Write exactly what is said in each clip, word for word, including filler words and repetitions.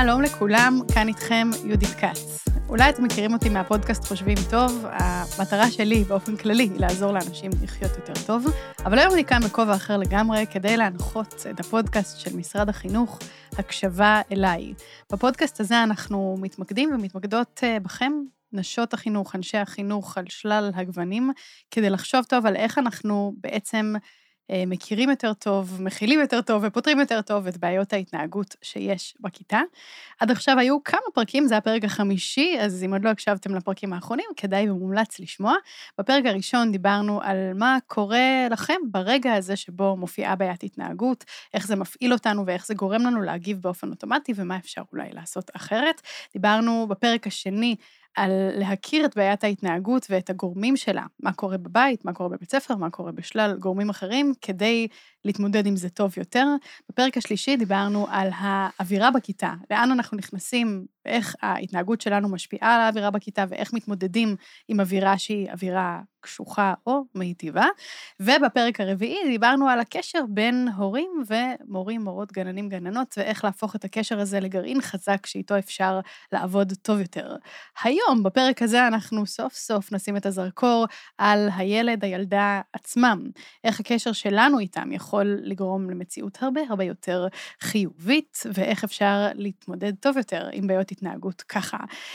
שלום לכולם, כאן איתכם יהודית קץ. אולי אתם מכירים אותי מהפודקאסט חושבים טוב, המטרה שלי באופן כללי היא לעזור לאנשים לחיות יותר טוב, אבל היום אני כאן בכובע אחר לגמרי כדי להנחות את הפודקאסט של משרד החינוך, הקשבה אליי. בפודקאסט הזה אנחנו מתמקדים ומתמקדות בכם, נשות החינוך, אנשי החינוך על שלל הגוונים, כדי לחשוב טוב על איך אנחנו בעצם מכירים יותר טוב, מכילים יותר טוב ופותרים יותר טוב את בעיות ההתנהגות שיש בכיתה. עד עכשיו היו כמה פרקים, זה הפרק החמישי, אז אם עוד לא הקשבתם לפרקים האחרונים, כדאי ומומלץ לשמוע. בפרק הראשון דיברנו על מה קורה לכם ברגע הזה שבו מופיעה בעיית התנהגות, איך זה מפעיל אותנו ואיך זה גורם לנו להגיב באופן אוטומטי, ומה אפשר אולי לעשות אחרת. דיברנו בפרק השני על להכיר את בעיית ההתנהגות ואת הגורמים שלה, מה קורה בבית, מה קורה בבית ספר, מה קורה בשלל גורמים אחרים, כדי להתמודד עם זה טוב יותר. בפרק השלישי דיברנו על האווירה בכיתה, לאן אנחנו נכנסים, ואיך ההתנהגות שלנו משפיעה על האווירה בכיתה, ואיך מתמודדים עם אווירה שהיא אווירה קשוחה או מיטיבה. ובפרק הרביעי דיברנו על הקשר בין הורים ומורים, מורות, גננים, גננות, ואיך להפוך את הקשר הזה לגרעין חזק, שאיתו אפשר לעבוד טוב יותר. היום, בפרק הזה, אנחנו סוף סוף נשים את הזרקור על הילד, הילדה עצמם. איך הקשר שלנו איתם יכול לגרום למציאות הרבה הרבה יותר חיובית, ואיך אפשר להתמודד טוב יותר עם בעיות התנהגות ככה.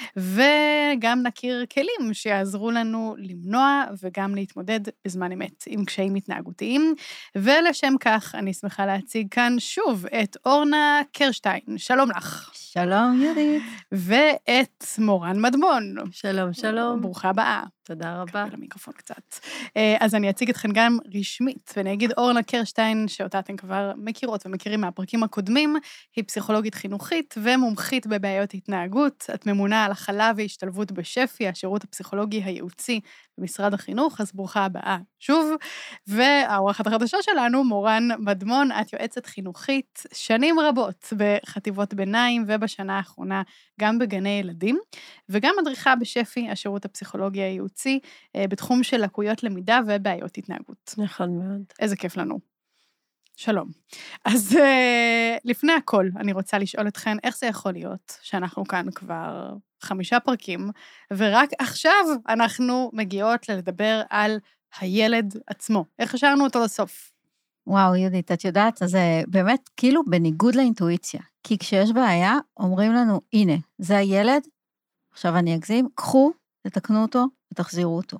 וגם נכיר כלים שיעזרו לנו למנוע וגם להתמודד בזמן אמת עם קשיים התנהגותיים. ולשם כך אני שמחה להציג כאן שוב את אורנה קרשטיין. שלום לך. שלום יהודית. ואת מורן מדמון. שלום, שלום. ברוכה הבאה. תודה רבה. קבל למיקרופון קצת. אז אני אציג אתכן גם רשמית, ואני אגיד אורנה קרשטיין, שאותה אתן כבר מכירות ומכירים מהפרקים הקודמים, היא פסיכולוגית חינוכית ומומחית בבעיות התנהגות. את ממונה על הכלה והשתלבות בשפ"י, השירות הפסיכולוגי הייעוצי במשרד החינוך, אז ברוכה הבאה שוב. והאורחת החדשה שלנו, מורן מדמון, את יועצת חינוכית שנים רבות בחטיבות ביניים ובשנה האחרונה גם בגני ילדים, וגם מדריכה בשפ"י, השירות הפסיכולוגי הייעוצי, בתחום של לקויות למידה ובעיות התנהגות. נכון מאוד. איזה כיף לנו. שלום. אז לפני הכל, אני רוצה לשאול אתכן, איך זה יכול להיות שאנחנו כאן כבר חמישה פרקים, ורק עכשיו אנחנו מגיעות לדבר על הילד עצמו. איך השארנו אותו לסוף? וואו, יהודית, את יודעת, אז זה באמת כאילו בניגוד לאינטואיציה. כי כשיש בעיה, אומרים לנו, הנה, זה הילד, עכשיו אני אגזים, קחו, תתקנו אותו ותחזירו אותו.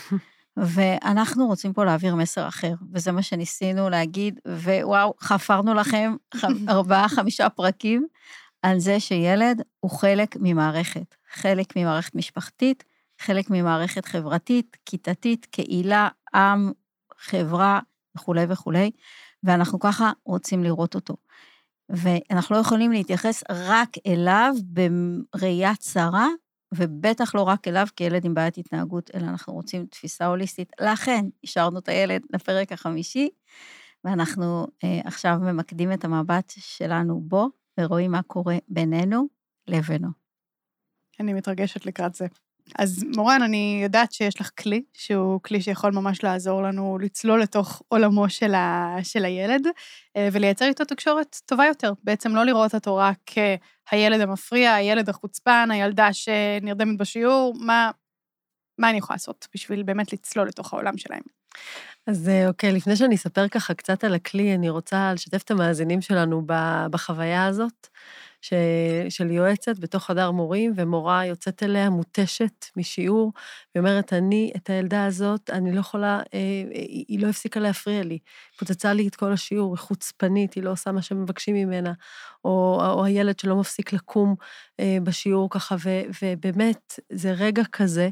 ואנחנו רוצים פה להעביר מסר אחר, וזה מה שניסינו להגיד, ווואו, חפרנו לכם ארבעה, חמישה פרקים, על זה שילד הוא חלק ממערכת, חלק ממערכת משפחתית, חלק ממערכת חברתית, כיתתית, קהילה, עם, חברה, וכו' וכו', ואנחנו ככה רוצים לראות אותו. ואנחנו לא יכולים להתייחס רק אליו בראייה צרה, ובטח לא רק אליו כילד עם בעיית התנהגות, אלא אנחנו רוצים תפיסה הוליסטית. לכן, השארנו את הילד לפרק החמישי, ואנחנו אה, עכשיו ממקדים את המבט שלנו בו, ורואים מה קורה בינינו לבינו. אני מתרגשת לקראת זה. אז מורן, אני יודעת שיש לך כלי, שהוא כלי שיכול ממש לעזור לנו לצלול לתוך עולמו של, ה, של הילד, ולייצר איתו תקשורת טובה יותר. בעצם לא לראות אותו רק כהילד המפריע, הילד החוצפן, הילדה שנרדמת בשיעור, מה, מה אני יכולה לעשות בשביל באמת לצלול לתוך העולם שלהם? אז אוקיי, לפני שאני אספר ככה קצת על הכלי, אני רוצה לשתף את המאזינים שלנו בחוויה הזאת, ש... של יועצת בתוך חדר מורים, ומורה יוצאת אליה מוטשת משיעור, ואומרת, אני, את הילדה הזאת, אני לא יכולה, היא, היא לא הפסיקה להפריע לי, פוצצה לי את כל השיעור, היא חוצפנית, היא לא עושה מה שמבקשים ממנה, או, או הילד שלא מפסיק לקום בשיעור ככה, ו, ובאמת, זה רגע כזה,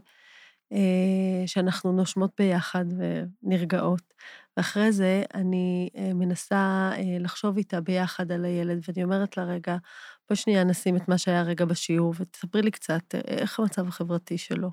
שאנחנו נושמות ביחד ונרגעות, ואחרי זה אני מנסה לחשוב איתה ביחד על הילד, ואני אומרת לה רגע, בוא שנייה נשים את מה שהיה רגע בשיעור, ותספרי לי קצת איך המצב החברתי שלו.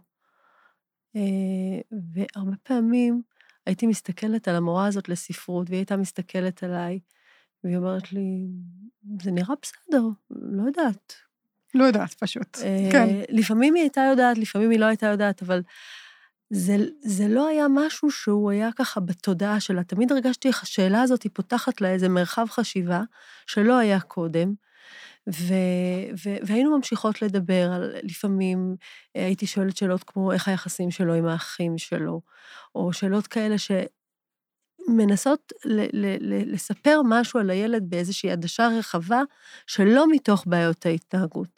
והרבה פעמים הייתי מסתכלת על המורה הזאת לספרות, והיא הייתה מסתכלת עליי, והיא אומרת לי, זה נראה בסדר, לא יודעת. לא יודעת, פשוט. כן. לפעמים היא הייתה יודעת, לפעמים היא לא הייתה יודעת, אבל זה, זה לא היה משהו שהוא היה ככה בתודעה שלה. תמיד הרגשתי איך השאלה הזאת היא פותחת לה איזה מרחב חשיבה, שלא היה קודם, ו, ו, והיינו ממשיכות לדבר על, לפעמים הייתי שואלת שאלות כמו איך היחסים שלו עם האחים שלו, או שאלות כאלה שמנסות ל, ל, ל, לספר משהו על הילד באיזושהי עדשה רחבה, שלא מתוך בעיות ההתנהגות.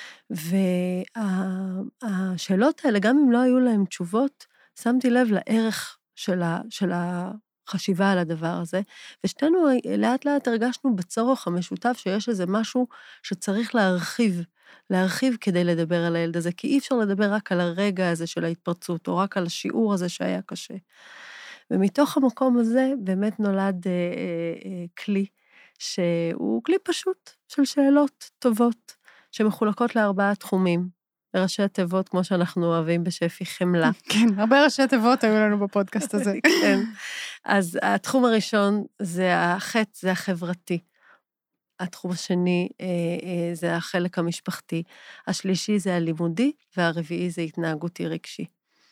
והשאלות האלה, גם אם לא היו להם תשובות, שמתי לב לערך של, ה, של החשיבה על הדבר הזה, ושתינו לאט לאט הרגשנו בצורך המשותף שיש איזה משהו שצריך להרחיב, להרחיב כדי לדבר על הילד הזה, כי אי אפשר לדבר רק על הרגע הזה של ההתפרצות, או רק על השיעור הזה שהיה קשה. ומתוך המקום הזה באמת נולד אה, אה, אה, כלי, שהוא כלי פשוט של שאלות טובות, שמחולקות לארבעה תחומים, לראשי התיבות, כמו שאנחנו אוהבים בשפי חמלה. כן, הרבה ראשי תיבות היו לנו בפודקאסט הזה. כן. אז התחום הראשון זה החטא, זה החברתי. התחום השני זה החלק המשפחתי. השלישי זה הלימודי, והרביעי זה התנהגותי רגשי.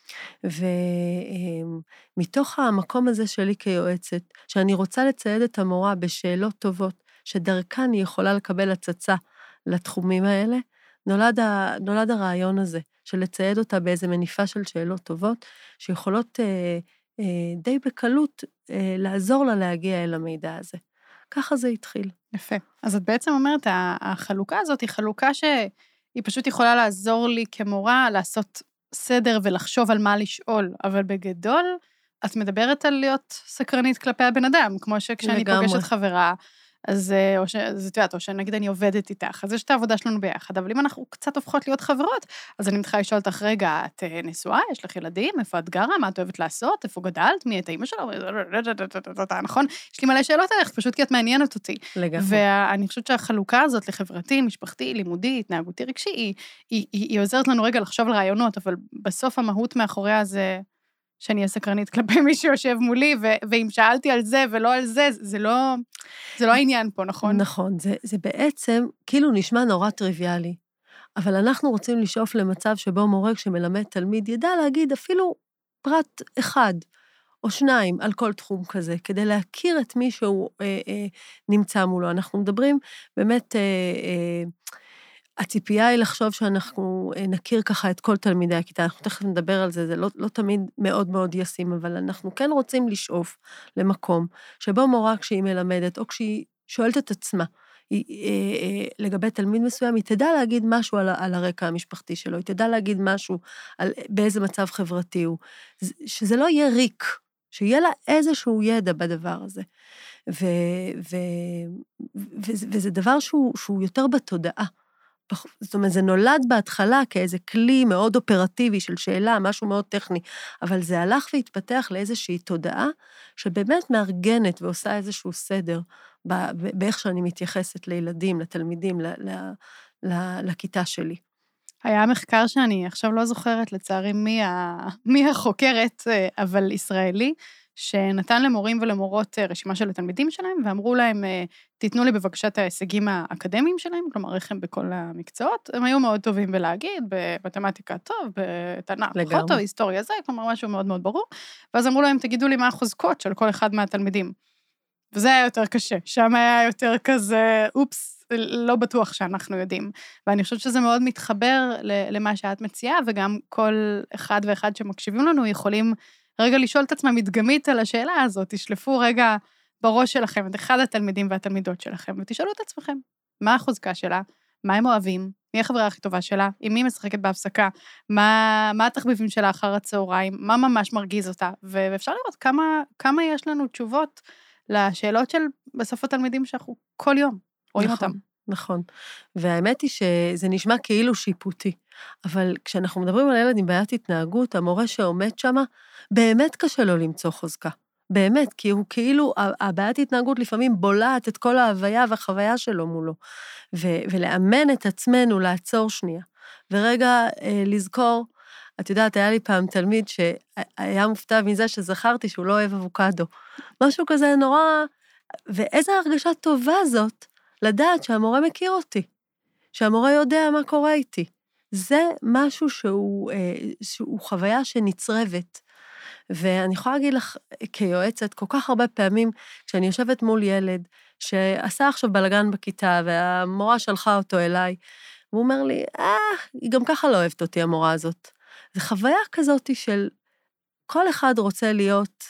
ומתוך המקום הזה שלי כיועצת, שאני רוצה לצייד את המורה בשאלות טובות, שדרכן היא יכולה לקבל הצצה לתחומים האלה, נולד, ה, נולד הרעיון הזה, של לצייד אותה באיזה מניפה של שאלות טובות, שיכולות אה, אה, די בקלות אה, לעזור לה להגיע אל המידע הזה. ככה זה התחיל. יפה. אז את בעצם אומרת, החלוקה הזאת היא חלוקה שהיא פשוט יכולה לעזור לי כמורה לעשות סדר ולחשוב על מה לשאול, אבל בגדול, את מדברת על להיות סקרנית כלפי הבן אדם, כמו שכשאני פוגשת חברה, אז או ש... אז את יודעת, או שנגיד אני עובדת איתך, אז יש את העבודה שלנו ביחד, אבל אם אנחנו קצת הופכות להיות חברות, אז אני מתחילה לשאול אותך, רגע, את נשואה, יש לך ילדים, איפה את גרה, מה את אוהבת לעשות, איפה גדלת, מי את האמא שלו, נכון? יש לי מלא שאלות עליך, פשוט כי את מעניינת אותי. לגמרי. ואני חושבת שהחלוקה הזאת לחברתי, משפחתי, לימודי, התנהגותי, רגשי, היא, היא, היא, היא עוזרת לנו רגע לחשוב על רעיונות, אבל בסוף המהות מאחוריה זה שאני אהיה סקרנית כלפי מי שיושב מולי, ו- ואם שאלתי על זה ולא על זה, זה לא, זה לא העניין פה, נכון? נכון, זה, זה בעצם כאילו נשמע נורא טריוויאלי, אבל אנחנו רוצים לשאוף למצב שבו מורה שמלמד תלמיד ידע להגיד אפילו פרט אחד או שניים על כל תחום כזה, כדי להכיר את מי שהוא אה, אה, נמצא מולו. אנחנו מדברים באמת, אה, אה, הציפייה היא לחשוב שאנחנו נכיר ככה את כל תלמידי הכיתה, אנחנו תכף נדבר על זה, זה לא, לא תמיד מאוד מאוד ישים, אבל אנחנו כן רוצים לשאוף למקום, שבו מורה כשהיא מלמדת, או כשהיא שואלת את עצמה, היא, אה, אה, לגבי תלמיד מסוים, היא תדע להגיד משהו על, על הרקע המשפחתי שלו, היא תדע להגיד משהו על באיזה מצב חברתי הוא, שזה לא יהיה ריק, שיהיה לה איזשהו ידע בדבר הזה. ו, ו, ו, וזה דבר שהוא, שהוא יותר בתודעה. זאת אומרת, זה נולד בהתחלה כאיזה כלי מאוד אופרטיבי של שאלה, משהו מאוד טכני, אבל זה הלך והתפתח לאיזושהי תודעה, שבאמת מארגנת ועושה איזשהו סדר, באיך שאני מתייחסת לילדים, לתלמידים, לכיתה שלי. היה מחקר שאני עכשיו לא זוכרת, לצערי, מי, ה... מי החוקרת, אבל ישראלי, שנתן למורים ולמורות רשימה של התלמידים שלהם, ואמרו להם, תיתנו לי בבקשה את ההישגים האקדמיים שלהם, כלומר, איך הם בכל המקצועות, הם היו מאוד טובים בלהגיד, במתמטיקה טוב, בתנ"ך פחות טוב, היסטוריה זה, כלומר, משהו מאוד מאוד ברור, ואז אמרו להם, תגידו לי מה החוזקות של כל אחד מהתלמידים. וזה היה יותר קשה, שם היה יותר כזה, אופס, לא בטוח שאנחנו יודעים. ואני חושבת שזה מאוד מתחבר למה שאת מציעה, וגם כל אחד ואחד שמקשיבים לנו יכולים רגע לשאול את עצמם מדגמית על השאלה הזאת, תשלפו רגע בראש שלכם את אחד התלמידים והתלמידות שלכם, ותשאלו את עצמכם, מה החוזקה שלה, מה הם אוהבים, מי החברה הכי טובה שלה, עם מי משחקת בהפסקה, מה, מה התחביבים שלה אחר הצהריים, מה ממש מרגיז אותה, ואפשר לראות כמה, כמה יש לנו תשובות לשאלות של בסוף התלמידים שאנחנו כל יום רואים נכון, אותם. נכון, והאמת היא שזה נשמע כאילו שיפוטי, אבל כשאנחנו מדברים על ילד עם בעיית התנהגות, המורה שעומד שם, באמת קשה לו למצוא חוזקה. באמת, כי הוא כאילו, הבעיית התנהגות לפעמים בולעת את כל ההוויה והחוויה שלו מולו, ו- ולאמן את עצמנו לעצור שנייה, ורגע אה, לזכור, את יודעת, היה לי פעם תלמיד שהיה מופתע מזה שזכרתי שהוא לא אוהב אבוקדו, משהו כזה נורא, ואיזו הרגשה טובה זאת, לדעת שהמורה מכיר אותי, שהמורה יודע מה קורה איתי. זה משהו שהוא, שהוא חוויה שנצרבת, ואני יכולה להגיד לך כיועצת, כל כך הרבה פעמים, כשאני יושבת מול ילד, שעשה עכשיו בלגן בכיתה, והמורה שלחה אותו אליי, והוא אומר לי, אה, היא גם ככה לא אוהבת אותי, המורה הזאת. זו חוויה כזאת של כל אחד רוצה להיות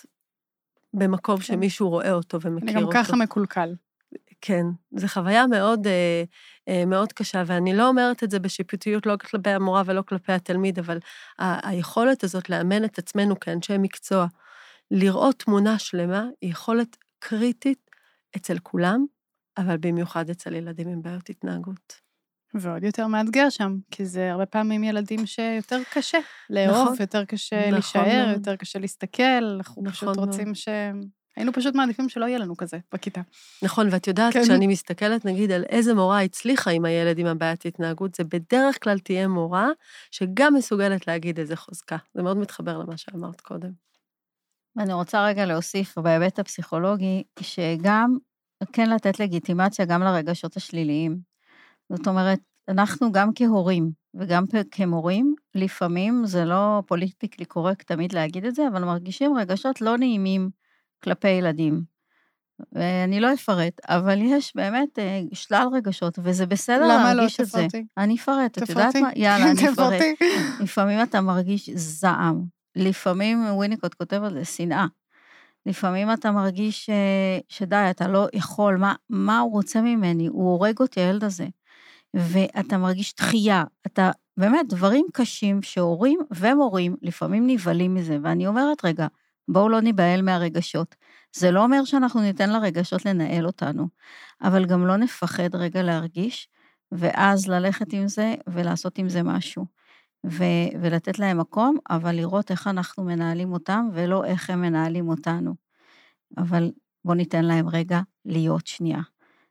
במקום שמישהו רואה אותו ומכיר אני אותו. גם ככה מקולקל. כן, זו חוויה מאוד, אה, אה, מאוד קשה, ואני לא אומרת את זה בשיפוטיות, לא כלפי המורה ולא כלפי התלמיד, אבל ה- היכולת הזאת לאמן את עצמנו כאנשי מקצוע, לראות תמונה שלמה, היא יכולת קריטית אצל כולם, אבל במיוחד אצל ילדים עם בעיות התנהגות. ועוד יותר מאתגר שם, כי זה הרבה פעמים ילדים שיותר קשה לאהוב, נכון, יותר קשה נכון להישאר, מאוד. יותר קשה להסתכל, אנחנו נכון פשוט מאוד. רוצים ש... היינו פשוט מעדיפים שלא יהיה לנו כזה בכיתה. נכון, ואת יודעת, כן. כשאני מסתכלת, נגיד, על איזה מורה הצליחה עם הילד עם הבעיית התנהגות, זה בדרך כלל תהיה מורה שגם מסוגלת להגיד איזה חוזקה. זה מאוד מתחבר למה שאמרת קודם. ואני רוצה רגע להוסיף בהיבט הפסיכולוגי, שגם כן לתת לגיטימציה גם לרגשות השליליים. זאת אומרת, אנחנו גם כהורים וגם כמורים, לפעמים זה לא פוליטיקלי קורקט תמיד להגיד את זה, אבל מרגישים רגשות לא נעימים כלפי ילדים. ואני לא אפרט, אבל יש באמת שלל רגשות, וזה בסדר להרגיש את זה. למה לא תפרטי? אני אפרט, את יודעת תפרטי. מה? יאללה, אני אפרט. תפרטי. לפעמים אתה מרגיש זעם, לפעמים וויניקוט כותב על זה שנאה, לפעמים אתה מרגיש ש... שדי, אתה לא יכול, מה, מה הוא רוצה ממני? הוא הורג אותי, הילד הזה. ואתה מרגיש דחייה, אתה, באמת, דברים קשים שהורים ומורים לפעמים נבהלים מזה, ואני אומרת, רגע, בואו לא ניבהל מהרגשות. זה לא אומר שאנחנו ניתן לרגשות לנהל אותנו, אבל גם לא נפחד רגע להרגיש, ואז ללכת עם זה ולעשות עם זה משהו. ו- ולתת להם מקום, אבל לראות איך אנחנו מנהלים אותם, ולא איך הם מנהלים אותנו. אבל בואו ניתן להם רגע להיות שנייה.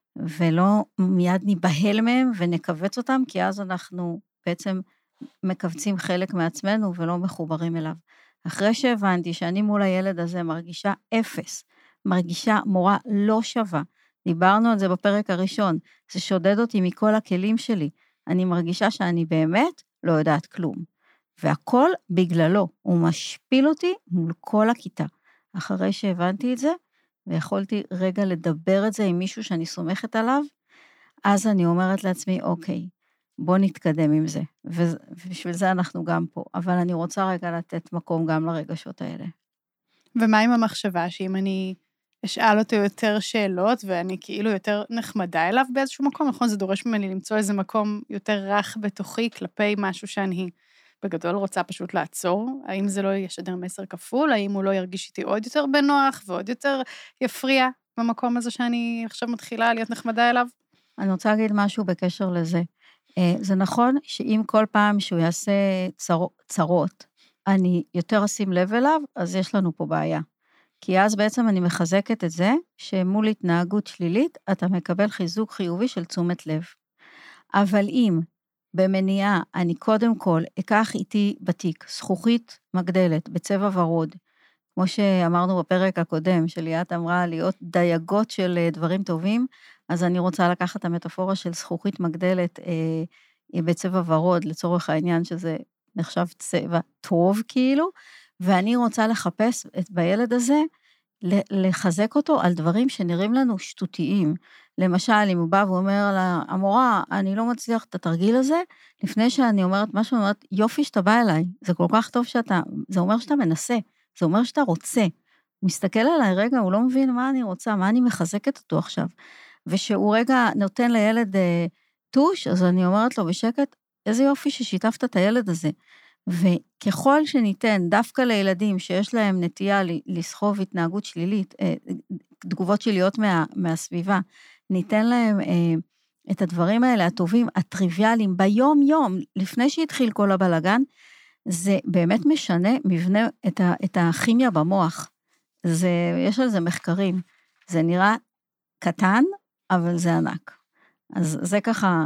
ולא מיד ניבהל מהם ונקבץ אותם, כי אז אנחנו בעצם מקבצים חלק מעצמנו ולא מחוברים אליו. אחרי שהבנתי שאני מול הילד הזה מרגישה אפס, מרגישה מורה לא שווה, דיברנו על זה בפרק הראשון, זה שודד אותי מכל הכלים שלי, אני מרגישה שאני באמת לא יודעת כלום. והכל בגללו, הוא משפיל אותי מול כל הכיתה. אחרי שהבנתי את זה, ויכולתי רגע לדבר את זה עם מישהו שאני סומכת עליו, אז אני אומרת לעצמי, אוקיי, בוא נתקדם עם זה. ובשביל זה אנחנו גם פה. אבל אני רוצה רגע לתת מקום גם לרגשות האלה. ומה עם המחשבה שאם אני אשאל אותו יותר שאלות, ואני כאילו יותר נחמדה אליו באיזשהו מקום, נכון? זה דורש ממני למצוא איזה מקום יותר רך בתוכי, כלפי משהו שאני בגדול רוצה פשוט לעצור. האם זה לא ישדר מסר כפול? האם הוא לא ירגיש איתי עוד יותר בנוח, ועוד יותר יפריע במקום הזה שאני עכשיו מתחילה להיות נחמדה אליו? אני רוצה להגיד משהו בקשר לזה. זה נכון שאם כל פעם שהוא יעשה צרות, אני יותר אשים לב אליו, אז יש לנו פה בעיה. כי אז בעצם אני מחזקת את זה, שמול התנהגות שלילית, אתה מקבל חיזוק חיובי של תשומת לב. אבל אם במניעה אני קודם כל אקח איתי בתיק, זכוכית מגדלת בצבע ורוד, כמו שאמרנו בפרק הקודם, שליאת אמרה להיות דייגות של דברים טובים, אז אני רוצה לקחת את המטאפורה של זכוכית מגדלת אה, בצבע ורוד, לצורך העניין שזה נחשב צבע טוב כאילו, ואני רוצה לחפש את בילד הזה, לחזק אותו על דברים שנראים לנו שטותיים. למשל, אם הוא בא ואומר לה, המורה, אני לא מצליח את התרגיל הזה, לפני שאני אומרת משהו, אני אומרת, יופי שאתה בא אליי, זה כל כך טוב שאתה, זה אומר שאתה מנסה, זה אומר שאתה רוצה. הוא מסתכל עליי רגע, הוא לא מבין מה אני רוצה, מה אני מחזקת אותו עכשיו. ושהוא רגע נותן לילד אה, טוש, אז אני אומרת לו בשקט, איזה יופי ששיתפת את הילד הזה. וככל שניתן דווקא לילדים שיש להם נטייה לסחוב התנהגות שלילית, תגובות שליליות מה, מהסביבה, ניתן להם את הדברים האלה הטובים, הטריוויאליים, ביום יום, לפני שהתחיל כל הבלגן, זה באמת משנה מבנה את, ה, את הכימיה במוח. זה, יש על זה מחקרים. זה נראה קטן, אבל זה ענק. אז זה ככה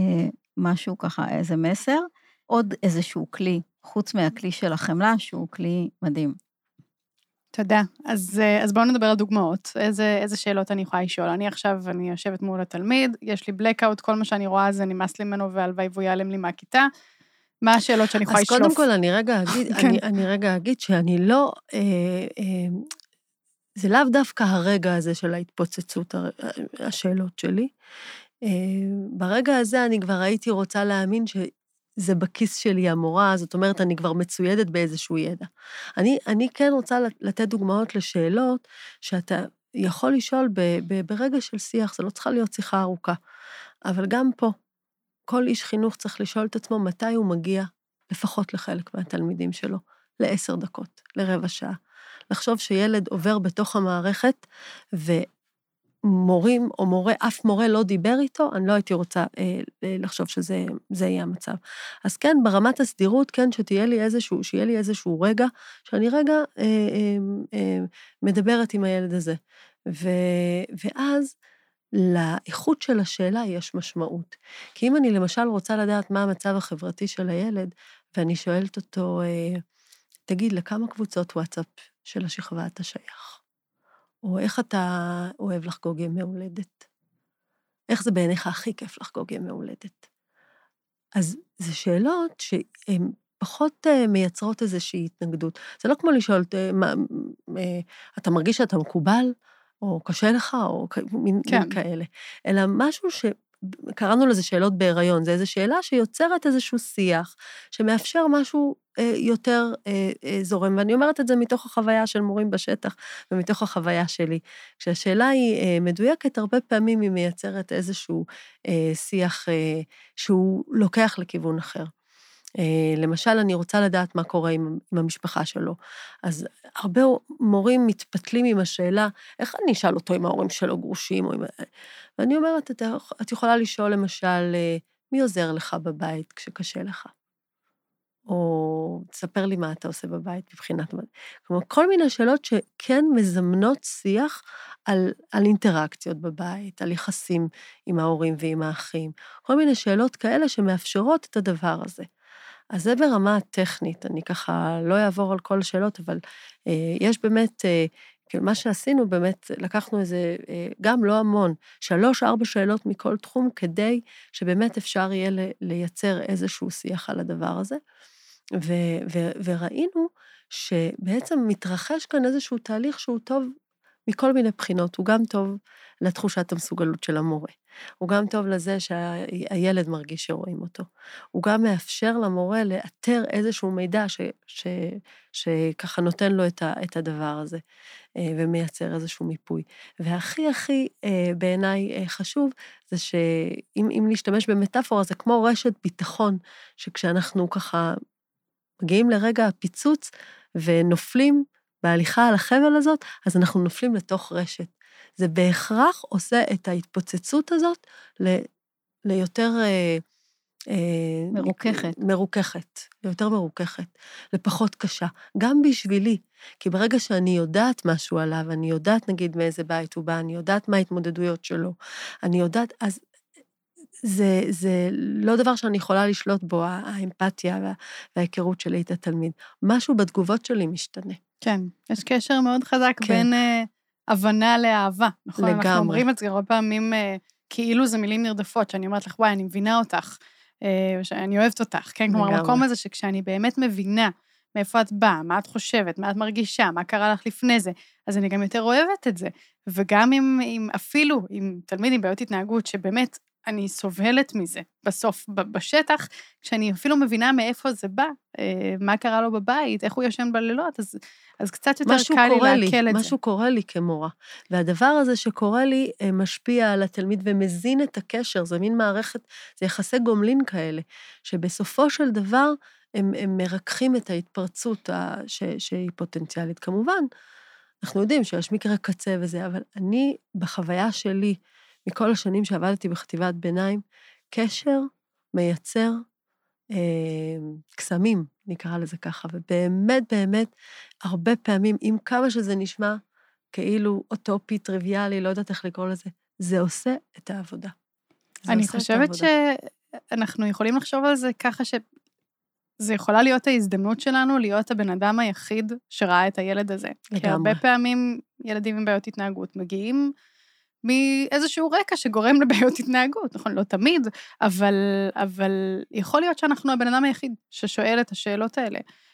משהו ככה, איזה מסר. עוד איזשהו כלי, חוץ מהכלי של החמלה, שהוא כלי מדהים. תודה. אז, אז בואו נדבר על דוגמאות. איזה, איזה שאלות אני יכולה לשאול? אני עכשיו, אני יושבת מול התלמיד, יש לי בלקאוט, כל מה שאני רואה זה נמאס לי ממנו, והלוואי והוא ייעלם לי מהכיתה. מה השאלות שאני יכולה לשלוף? אז קודם כל, אני רגע אגיד, אני, אני רגע אגיד שאני לא, אה, אה, זה לאו דווקא הרגע הזה של ההתפוצצות, השאלות שלי. ברגע הזה אני כבר הייתי רוצה להאמין שזה בכיס שלי המורה, זאת אומרת, אני כבר מצוידת באיזשהו ידע. אני, אני כן רוצה לתת דוגמאות לשאלות שאתה יכול לשאול ב, ב, ברגע של שיח, זה לא צריכה להיות שיחה ארוכה, אבל גם פה, כל איש חינוך צריך לשאול את עצמו מתי הוא מגיע, לפחות לחלק מהתלמידים שלו, לעשר דקות, לרבע שעה. לחשוב שילד עובר בתוך המערכת, ומורים או מורה, אף מורה לא דיבר איתו, אני לא הייתי רוצה אה, לחשוב שזה זה יהיה המצב. אז כן, ברמת הסדירות, כן, שתהיה לי איזשהו, שיהיה לי איזשהו רגע, שאני רגע אה, אה, אה, מדברת עם הילד הזה. ו, ואז, לאיכות של השאלה יש משמעות. כי אם אני למשל רוצה לדעת מה המצב החברתי של הילד, ואני שואלת אותו, תגיד, לכמה קבוצות וואטסאפ של השכבה אתה שייך? או איך אתה אוהב לחגוג ימי הולדת? איך זה בעיניך הכי כיף לחגוג ימי הולדת? אז זה שאלות שהן פחות מייצרות איזושהי התנגדות. זה לא כמו לשאול, אתה מרגיש שאתה מקובל? או קשה לך, או מין, כן. מין כאלה. אלא משהו שקראנו לזה שאלות בהיריון, זה איזו שאלה שיוצרת איזשהו שיח, שמאפשר משהו אה, יותר אה, אה, זורם, ואני אומרת את זה מתוך החוויה של מורים בשטח, ומתוך החוויה שלי. כשהשאלה היא אה, מדויקת, הרבה פעמים היא מייצרת איזשהו אה, שיח אה, שהוא לוקח לכיוון אחר. למשל, אני רוצה לדעת מה קורה עם, עם המשפחה שלו. אז הרבה מורים מתפתלים עם השאלה, איך אני אשאל אותו אם ההורים שלו גרושים? או עם... ואני אומרת, את, את יכולה לשאול למשל, מי עוזר לך בבית כשקשה לך? או תספר לי מה אתה עושה בבית מבחינת... כלומר, כל מיני שאלות שכן מזמנות שיח על, על אינטראקציות בבית, על יחסים עם ההורים ועם האחים. כל מיני שאלות כאלה שמאפשרות את הדבר הזה. אז זה ברמה הטכנית, אני ככה לא אעבור על כל השאלות, אבל אה, יש באמת, אה, מה שעשינו באמת, לקחנו איזה, אה, גם לא המון, שלוש, ארבע שאלות מכל תחום, כדי שבאמת אפשר יהיה לייצר איזשהו שיח על הדבר הזה, ו, ו, וראינו שבעצם מתרחש כאן איזשהו תהליך שהוא טוב מכל מיני בחינות, הוא גם טוב לתחושת המסוגלות של המורה, הוא גם טוב לזה שהילד מרגיש שרואים אותו, הוא גם מאפשר למורה לאתר איזשהו מידע ש, ש, שככה נותן לו את, ה, את הדבר הזה, ומייצר איזשהו מיפוי. והכי הכי בעיניי חשוב, זה שאם אם להשתמש במטאפורה, זה כמו רשת ביטחון, שכשאנחנו ככה מגיעים לרגע הפיצוץ, ונופלים בהליכה על החבל הזאת, אז אנחנו נופלים לתוך רשת. זה בהכרח עושה את ההתפוצצות הזאת ל, ליותר... מרוככת. מרוככת, ליותר מרוככת, לפחות קשה. גם בשבילי, כי ברגע שאני יודעת משהו עליו, אני יודעת נגיד מאיזה בית הוא בא, אני יודעת מה ההתמודדויות שלו, אני יודעת, אז זה, זה לא דבר שאני יכולה לשלוט בו, האמפתיה וה, וההיכרות שלי את התלמיד. משהו בתגובות שלי משתנה. כן, יש קשר מאוד חזק כן. בין uh, הבנה לאהבה, נכון? לגמרי. אנחנו אומרים את זה הרבה פעמים, uh, כאילו זה מילים נרדפות, שאני אומרת לך, וואי, אני מבינה אותך, uh, שאני אוהבת אותך, כן? כלומר, המקום הזה שכשאני באמת מבינה מאיפה את באה, מה את חושבת, מה את מרגישה, מה קרה לך לפני זה, אז אני גם יותר אוהבת את זה. וגם אם, אם אפילו, עם תלמיד עם בעיות התנהגות, שבאמת אני סובלת מזה בסוף, בשטח, כשאני אפילו מבינה מאיפה זה בא, מה קרה לו בבית, איך הוא ישן בלילות, אז, אז קצת יותר קל לי להקל את זה. משהו קורה לי כמורה, והדבר הזה שקורה לי משפיע על התלמיד ומזין את הקשר, זה מין מערכת, זה יחסי גומלין כאלה, שבסופו של דבר הם, הם מרככים את ההתפרצות ש, שהיא פוטנציאלית. כמובן, אנחנו יודעים שיש מקרה קצה וזה, אבל אני בחוויה שלי, מכל השנים שעבדתי בחטיבת ביניים, קשר מייצר אה, קסמים, נקרא לזה ככה, ובאמת, באמת, הרבה פעמים, עם כמה שזה נשמע כאילו אוטופי, טריוויאלי, לא יודעת איך לקרוא לזה, זה עושה את העבודה. אני חושבת שאנחנו יכולים לחשוב על זה ככה שזה יכולה להיות ההזדמנות שלנו, להיות הבן אדם היחיד שראה את הילד הזה. לגמרי. כי הרבה פעמים ילדים עם בעיות התנהגות מגיעים, מאיזשהו רקע שגורם לבעיות התנהגות, נכון? לא תמיד, אבל, אבל יכול להיות שאנחנו הבן אדם היחיד ששואל את השאלות האלה,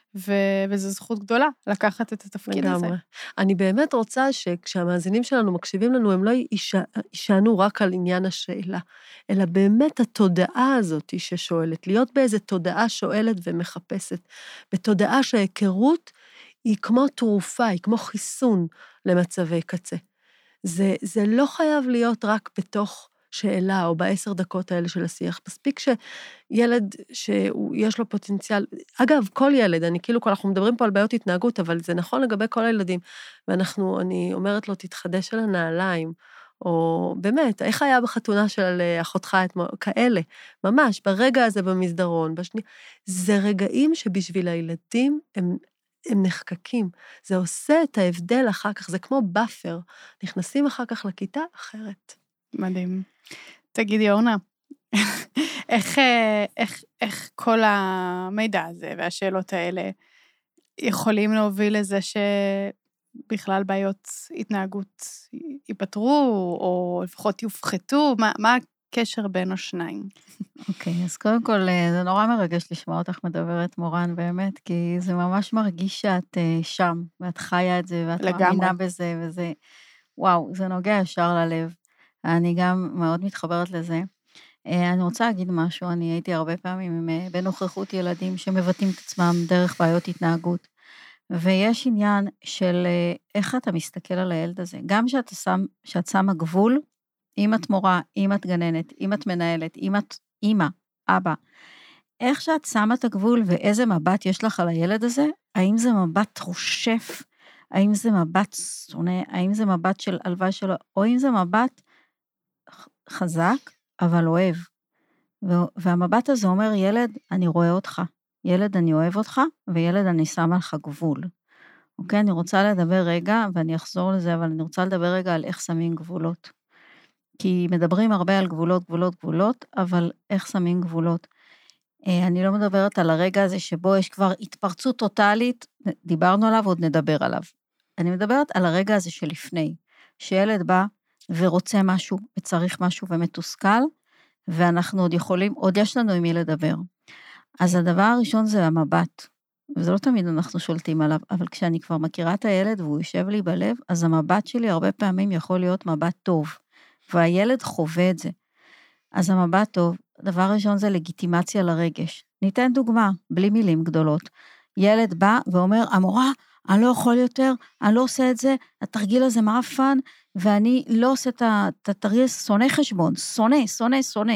ו- וזו זכות גדולה לקחת את התפקיד הזה. לגמרי. אני באמת רוצה שכשהמאזינים שלנו מקשיבים לנו, הם לא יישענו רק על עניין השאלה, אלא באמת התודעה הזאת ששואלת, להיות באיזו תודעה שואלת ומחפשת, בתודעה שההיכרות היא כמו תרופה, היא כמו חיסון למצבי קצה. זה, זה לא חייב להיות רק בתוך שאלה, או בעשר דקות האלה של השיח. מספיק שילד שיש לו פוטנציאל, אגב, כל ילד, אני כאילו, אנחנו מדברים פה על בעיות התנהגות, אבל זה נכון לגבי כל הילדים, ואנחנו, אני אומרת לו, תתחדש על הנעליים, או באמת, איך היה בחתונה של אחותך, כאלה, ממש, ברגע הזה במסדרון, בשני, זה רגעים שבשביל הילדים הם, הם נחקקים, זה עושה את ההבדל אחר כך, זה כמו באפר, נכנסים אחר כך לכיתה אחרת. מדהים. תגידי, אורנה, איך, איך, איך כל המידע הזה והשאלות האלה יכולים להוביל לזה שבכלל בעיות התנהגות ייפתרו, או לפחות יופחתו? מה, מה הקשר בין השניים? אוקיי, okay, אז קודם כל, זה נורא מרגש לשמוע אותך מדברת, מורן, באמת, כי זה ממש מרגיש שאת שם, ואת חיה את זה, ואת לגמרי. מאמינה בזה, וזה, וואו, זה נוגע ישר ללב. אני גם מאוד מתחברת לזה. אני רוצה להגיד משהו, אני הייתי הרבה פעמים בנוכחות ילדים שמבטאים את עצמם דרך בעיות התנהגות, ויש עניין של איך אתה מסתכל על הילד הזה, גם שאת, שם, שאת שמה גבול, אם את מורה, אם את גננת, אם את מנהלת, אם את אמא, אבא, איך שאת שמה את הגבול ואיזה מבט יש לך על הילד הזה, האם זה מבט רושף, האם זה מבט שונא, האם זה מבט של הלוואי שלו, או אם זה מבט חזק, אבל אוהב. והמבט הזה אומר, ילד, אני רואה אותך, ילד, אני אוהב אותך, וילד, אני שמה לך גבול. אוקיי, אני רוצה לדבר רגע, ואני אחזור לזה, אבל אני רוצה לדבר רגע על איך שמים גבולות. כי מדברים הרבה על גבולות, גבולות, גבולות, אבל איך שמים גבולות. אני לא מדברת על הרגע הזה שבו יש כבר התפרצות טוטלית, דיברנו עליו, עוד נדבר עליו. אני מדברת על הרגע הזה שלפני, שילד בא ורוצה משהו, וצריך משהו ומתוסכל, ואנחנו עוד יכולים, עוד יש לנו עם מי לדבר. אז הדבר הראשון זה המבט, וזה לא תמיד אנחנו שולטים עליו, אבל כשאני כבר מכירה את הילד והוא יושב לי בלב, אז המבט שלי הרבה פעמים יכול להיות מבט טוב, והילד חווה את זה. אז המבט טוב, הדבר הראשון זה לגיטימציה לרגש. ניתן דוגמה, בלי מילים גדולות. ילד בא ואומר, המורה, אני לא יכול יותר, אני לא עושה את זה, התרגיל הזה מעפן, ואני לא עושה את התרגיל, שונא חשבון, שונא, שונא, שונא.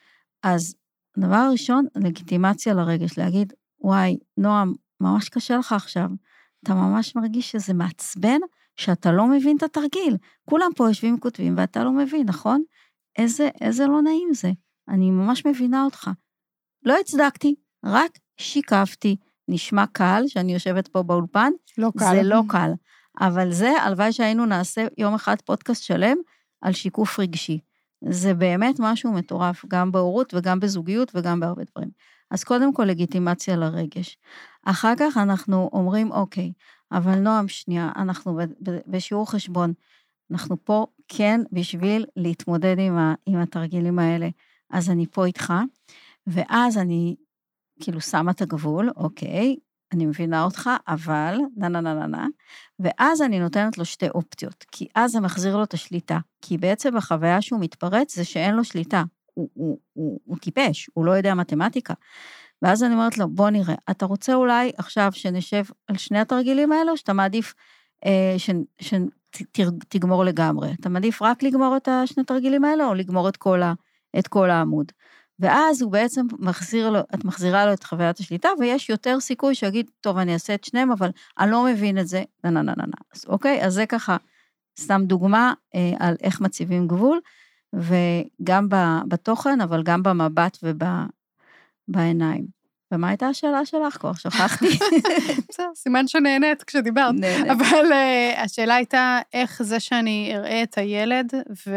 אז הדבר הראשון, לגיטימציה לרגש, להגיד, וואי, נועם, ממש קשה לך עכשיו, אתה ממש מרגיש שזה מעצבן, שאתה לא מבין את התרגיל. כולם פה יושבים כותבים, ואתה לא מבין, נכון? איזה, איזה לא נעים זה. אני ממש מבינה אותך. לא הצדקתי, רק שיקפתי. נשמע קל, שאני יושבת פה באולפן, לא קל. זה לא קל. אבל זה, הלוואי שהיינו נעשה יום אחד פודקאסט שלם, על שיקוף רגשי. זה באמת משהו מטורף, גם בהורות וגם בזוגיות וגם בהרבה דברים. אז קודם כל לגיטימציה לרגש. אחר כך אנחנו אומרים, אוקיי, אבל נועם, שנייה, אנחנו בשיעור חשבון, אנחנו פה כן בשביל להתמודד עם, ה, עם התרגילים האלה. אז אני פה איתך, ואז אני כאילו שמה את הגבול, אוקיי, אני מבינה אותך, אבל, נה נה נה נה נה, ואז אני נותנת לו שתי אופציות, כי אז זה מחזיר לו את השליטה, כי בעצם החוויה שהוא מתפרץ זה שאין לו שליטה, הוא, הוא, הוא, הוא טיפש, הוא לא יודע מתמטיקה, ואז אני אומרת לו, בוא נראה, אתה רוצה אולי עכשיו שנשב על שני התרגילים האלה, או שאתה מעדיף אה, ש, שתגמור לגמרי, אתה מעדיף רק לגמור את השני התרגילים האלה, או לגמור את כל, ה, את כל העמוד, ואז הוא בעצם מחזיר לו, את מחזירה לו את חוויית השליטה, ויש יותר סיכוי שיגיד, טוב, אני אעשה את שניהם, אבל אני לא מבין את זה, נה נה נה נה. אז אוקיי, אז זה ככה, סתם דוגמה אה, על איך מציבים גבול, וגם בתוכן, אבל גם במבט ובעיניים. ומה הייתה השאלה שלך? כבר שכחתי. בסדר, סימן שנהנית כשדיברת. אבל uh, השאלה הייתה, איך זה שאני אראה את הילד,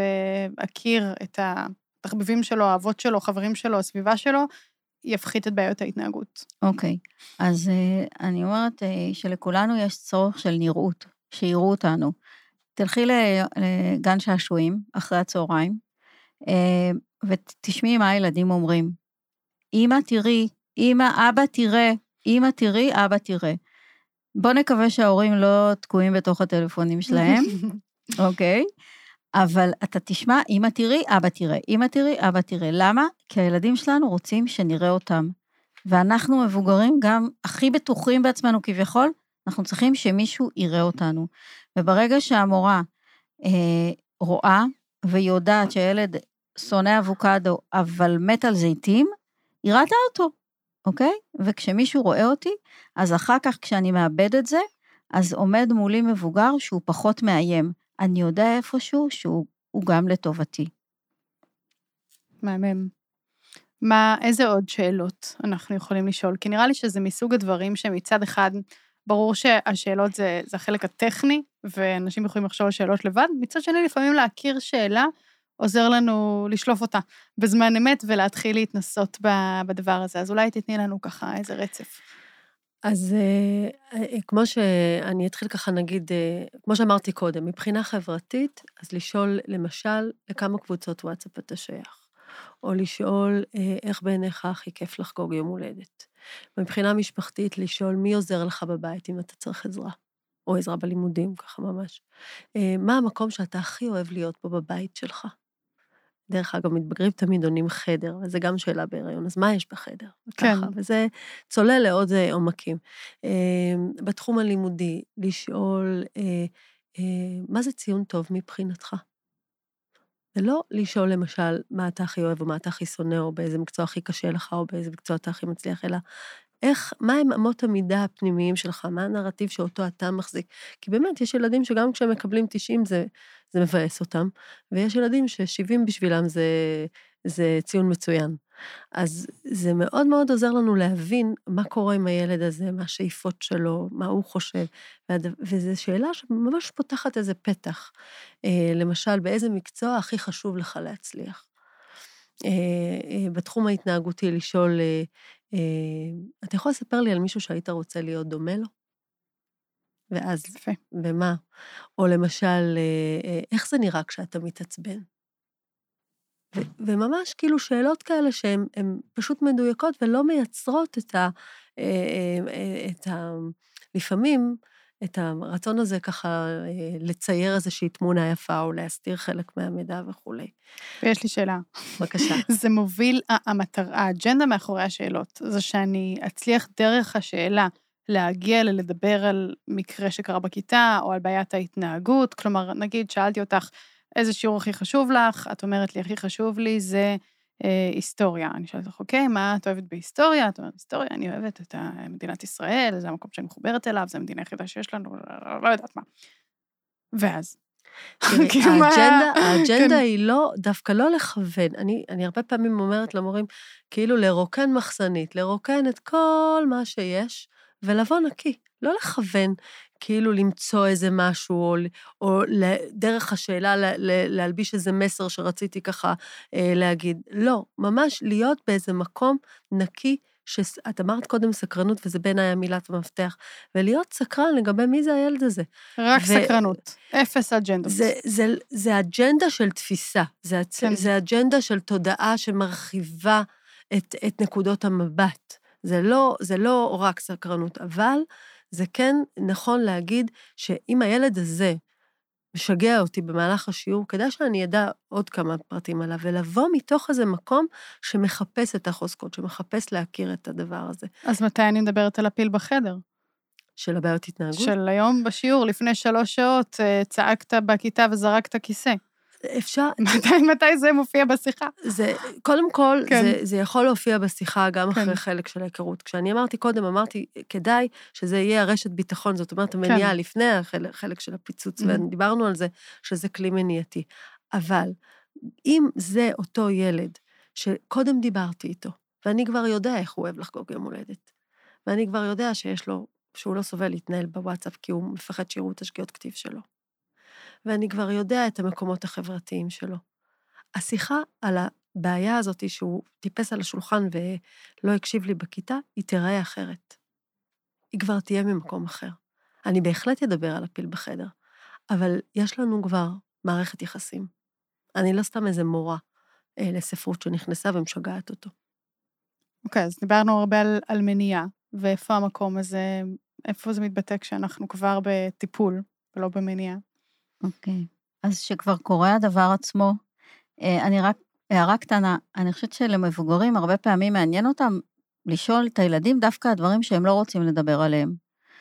ואכיר את ה... תחביבים שלו, האבות שלו, חברים שלו, הסביבה שלו, יפחית את בעיות ההתנהגות. אוקיי, אז uh, אני אומרת uh, שלכולנו יש צורך של נראות, שיראו אותנו. תלכי לגן שעשועים אחרי הצהריים, uh, ותשמעי מה הילדים אומרים. אמא תראי, אמא, אבא תראה, אמא תראי, אבא תראה. בוא נקווה שההורים לא תקועים בתוך הטלפונים שלהם, אוקיי? אבל אתה תשמע, אמא תראי, אבא תראה. אמא תראי, אבא תראה. למה? כי הילדים שלנו רוצים שנראה אותם. ואנחנו מבוגרים גם הכי בטוחים בעצמנו כביכול, אנחנו צריכים שמישהו יראה אותנו. וברגע שהמורה אה, רואה ויודעת שהילד שונא אבוקדו, אבל מת על זיתים, היא ראתה אותו, אוקיי? וכשמישהו רואה אותי, אז אחר כך כשאני מאבד את זה, אז עומד מולי מבוגר שהוא פחות מאיים. אני יודע איפשהו שהוא גם לטובתי. מהמם. מה, איזה עוד שאלות אנחנו יכולים לשאול? כי נראה לי שזה מסוג הדברים שמצד אחד, ברור שהשאלות זה, זה החלק הטכני, ואנשים יכולים לחשוב על שאלות לבד, מצד שני לפעמים להכיר שאלה, עוזר לנו לשלוף אותה בזמן אמת, ולהתחיל להתנסות בדבר הזה. אז אולי תתני לנו ככה איזה רצף. אז כמו שאני אתחיל ככה נגיד, כמו שאמרתי קודם, מבחינה חברתית, אז לשאול למשל לכמה קבוצות וואטסאפ אתה שייך, או לשאול איך בעיניך הכי כיף לחגוג יום הולדת. מבחינה משפחתית, לשאול מי עוזר לך בבית אם אתה צריך עזרה, או עזרה בלימודים, ככה ממש. מה המקום שאתה הכי אוהב להיות בו בבית שלך? דרך אגב, מתבגרים תמיד עונים חדר, וזה גם שאלה בהיריון, אז מה יש בחדר? כן. וככה, וזה צולל לעוד עומקים. בתחום הלימודי, לשאול, מה זה ציון טוב מבחינתך? זה לא לשאול למשל, מה אתה הכי אוהב, או מה אתה הכי שונא, או באיזה מקצוע הכי קשה לך, או באיזה מקצוע אתה הכי מצליח, אלא איך, מה הם אמות המידה הפנימיים שלך, מה הנרטיב שאותו אתה מחזיק? כי באמת, יש ילדים שגם כשהם מקבלים תשעים, זה, זה מבאס אותם, ויש ילדים ש-שבעים בשבילם זה, זה ציון מצוין. אז זה מאוד מאוד עוזר לנו להבין מה קורה עם הילד הזה, מה השאיפות שלו, מה הוא חושב, וזו שאלה שממש פותחת איזה פתח. למשל, באיזה מקצוע הכי חשוב לך להצליח? בתחום ההתנהגותי לשאול, אתה יכול לספר לי על מישהו שהיית רוצה להיות דומה לו? ואז, ומה? או למשל, איך זה נראה כשאתה מתעצבן? ו- וממש כאילו שאלות כאלה שהן פשוט מדויקות ולא מייצרות את ה... את ה... לפעמים את הרצון הזה ככה לצייר איזושהי תמונה יפה או להסתיר חלק מהמידע וכו'. ויש לי שאלה. בבקשה. זה מוביל, המטרה, האג'נדה מאחורי השאלות, זה שאני אצליח דרך השאלה להגיע לדבר על מקרה שקרה בכיתה או על בעיית ההתנהגות, כלומר, נגיד, שאלתי אותך, איזה שיעור הכי חשוב לך? את אומרת לי, הכי חשוב לי זה אה, היסטוריה. אני שואלת לך, אוקיי, מה את אוהבת בהיסטוריה? את אומרת, היסטוריה, אני אוהבת את מדינת ישראל, זה המקום שאני מחוברת אליו, זה המדינה היחידה שיש לנו, לא יודעת מה. ואז. האג'נדה, האג'נדה היא לא, דווקא לא לכוון. אני, אני הרבה פעמים אומרת למורים, כאילו לרוקן מחסנית, לרוקן את כל מה שיש, ולבוא נקי, לא לכוון, כאילו למצוא איזה משהו, או, או דרך השאלה להלביש איזה מסר שרציתי ככה אה, להגיד. לא, ממש להיות באיזה מקום נקי, שאת אמרת קודם סקרנות, וזה בעיניי המילת המפתח, ולהיות סקרן לגבי מי זה הילד הזה. רק ו... סקרנות, אפס אג'נדות. זה, זה, זה אג'נדה של תפיסה, זה, כן. זה אג'נדה של תודעה שמרחיבה את, את נקודות המבט. זה לא, זה לא רק סקרנות, אבל זה כן נכון להגיד שאם הילד הזה משגע אותי במהלך השיעור, כדאי שאני אדע עוד כמה פרטים עליו, ולבוא מתוך איזה מקום שמחפש את החוזקות, שמחפש להכיר את הדבר הזה. אז מתי אני מדברת על הפיל בחדר? של הבעיות התנהגות? של היום בשיעור, לפני שלוש שעות, צעקת בכיתה וזרקת כיסא. אפשר... מתי, מתי זה מופיע בשיחה? זה, קודם כל, כן. זה, זה יכול להופיע בשיחה גם כן. אחרי חלק של ההיכרות. כשאני אמרתי קודם, אמרתי, כדאי שזה יהיה הרשת ביטחון, זאת אומרת, המניעה כן. לפני החלק, חלק של הפיצוץ, mm-hmm. ודיברנו על זה, שזה כלי מניעתי. אבל אם זה אותו ילד, שקודם דיברתי איתו, ואני כבר יודע איך הוא אוהב לחגוג יום הולדת, ואני כבר יודע שיש לו, שהוא לא סובל להתנהל בוואטסאפ, כי הוא מפחד שיראו את השגיאות כתיב שלו. ואני כבר יודע את המקומות החברתיים שלו. השיחה על הבעיה הזאת שהוא טיפס על השולחן ולא הקשיב לי בכיתה, היא תראה אחרת. היא כבר תהיה ממקום אחר. אני בהחלט אדבר על הפיל בחדר, אבל יש לנו כבר מערכת יחסים. אני לא סתם איזה מורה אה, לספרות שנכנסה ומשגעת אותו. אוקיי, אז דיברנו הרבה על, על מניעה, ואיפה המקום הזה, איפה זה מתבטא כשאנחנו כבר בטיפול ולא במניעה. אוקיי. אז שכבר קורה הדבר עצמו, אני רק, הערה קטנה, אני חושבת שלמבוגרים הרבה פעמים מעניין אותם לשאול את הילדים דווקא הדברים שהם לא רוצים לדבר עליהם.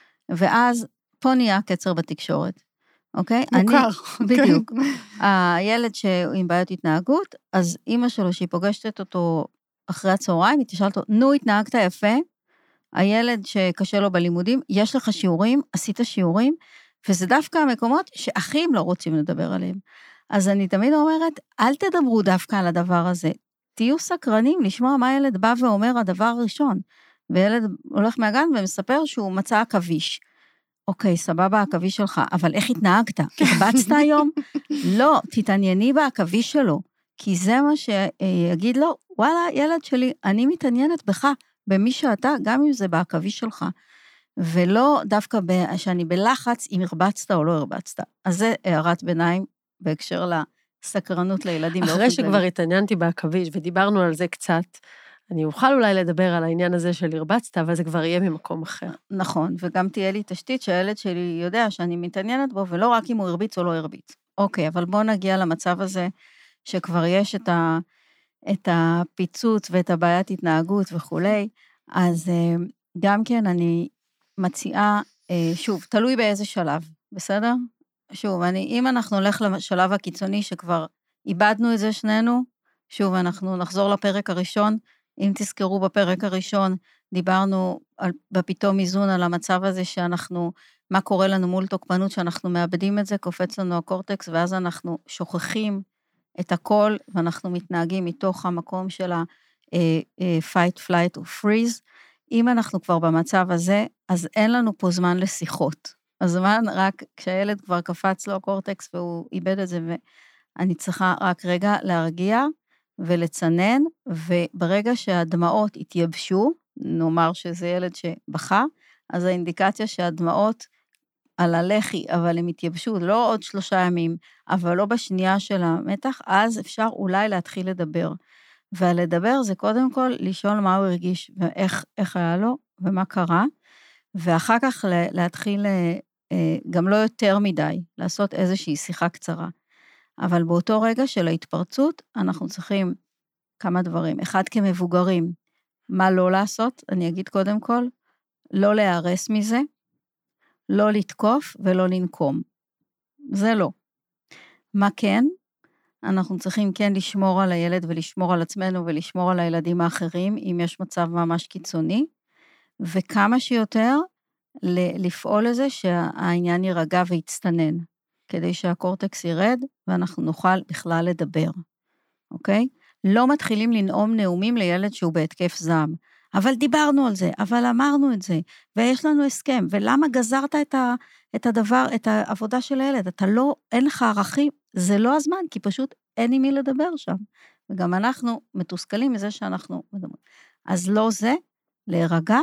ואז פה נהיה קצר בתקשורת. אוקיי? מוכר. אני, בדיוק. הילד שעם בעיות התנהגות, אז אמא שלו שהיא פוגשת אותו אחרי הצהריים, היא תשאל אותו, נו, התנהגת יפה, הילד שקשה לו בלימודים, יש לך שיעורים, עשית שיעורים, וזה דווקא המקומות שאחים לא רוצים לדבר עליהם. אז אני תמיד אומרת, אל תדברו דווקא על הדבר הזה, תהיו סקרנים לשמוע מה ילד בא ואומר הדבר הראשון, וילד הולך מהגן ומספר שהוא מצא עכביש. אוקיי, סבבה, העכביש שלך, אבל איך התנהגת? הרבצת היום? לא, תתענייני בעכביש שלו, כי זה מה שיגיד לו, וואלה, ילד שלי, אני מתעניינת בך, במי שאתה, גם אם זה בעכביש שלך, ולא דווקא שאני בלחץ אם הרבצת או לא הרבצת. אז זה הערת ביניים בהקשר לסקרנות לילדים. אחרי שכבר התעניינתי בעכביש ודיברנו על זה קצת, אני אוכל אולי לדבר על העניין הזה של הרבצת, אבל זה כבר יהיה ממקום אחר. נכון, וגם תהיה לי תשתית שהילד שלי יודע שאני מתעניינת בו, ולא רק אם הוא הרביץ או לא הרביץ. אוקיי, אבל בואו נגיע למצב הזה, שכבר יש את, ה, את הפיצוץ ואת הבעיית התנהגות וכולי, אז גם כן אני מציעה, שוב, תלוי באיזה שלב, בסדר? שוב, אני, אם אנחנו הולך לשלב הקיצוני שכבר איבדנו את זה שנינו, שוב, אנחנו נחזור לפרק הראשון, אם תזכרו בפרק הראשון, דיברנו על, בפתאום איזון על המצב הזה שאנחנו, מה קורה לנו מול תוקפנות, שאנחנו מאבדים את זה, קופץ לנו הקורטקס, ואז אנחנו שוכחים את הכל, ואנחנו מתנהגים מתוך המקום של ה-fight, flight או freeze. אם אנחנו כבר במצב הזה, אז אין לנו פה זמן לשיחות. הזמן רק כשהילד כבר קפץ לו הקורטקס, והוא איבד את זה, ואני צריכה רק רגע להרגיע, ולצנן, וברגע שהדמעות התייבשו, נאמר שזה ילד שבכה, אז האינדיקציה שהדמעות על הלחי, אבל הם התייבשו, לא עוד שלושה ימים, אבל לא בשנייה של המתח, אז אפשר אולי להתחיל לדבר. והלדבר זה קודם כל לשאול מה הוא הרגיש, ואיך איך היה לו, ומה קרה, ואחר כך להתחיל גם לא יותר מדי, לעשות איזושהי שיחה קצרה. אבל באותו רגע של ההתפרצות, אנחנו צריכים כמה דברים. אחד, כמבוגרים, מה לא לעשות? אני אגיד קודם כל, לא להיהרס מזה, לא לתקוף ולא לנקום. זה לא. מה כן? אנחנו צריכים כן לשמור על הילד ולשמור על עצמנו ולשמור על הילדים האחרים, אם יש מצב ממש קיצוני, וכמה שיותר לפעול לזה שהעניין יירגע ויצטנן. כדי שהקורטקס ירד, ואנחנו נוכל בכלל לדבר, אוקיי? לא מתחילים לנאום נאומים לילד שהוא בהתקף זעם, אבל דיברנו על זה, אבל אמרנו את זה, ויש לנו הסכם, ולמה גזרת את, ה, את הדבר, את העבודה של הילד? אתה לא, אין לך ערכים, זה לא הזמן, כי פשוט אין עם מי לדבר שם, וגם אנחנו מתוסכלים מזה שאנחנו מדברים. אז לא זה, להירגע,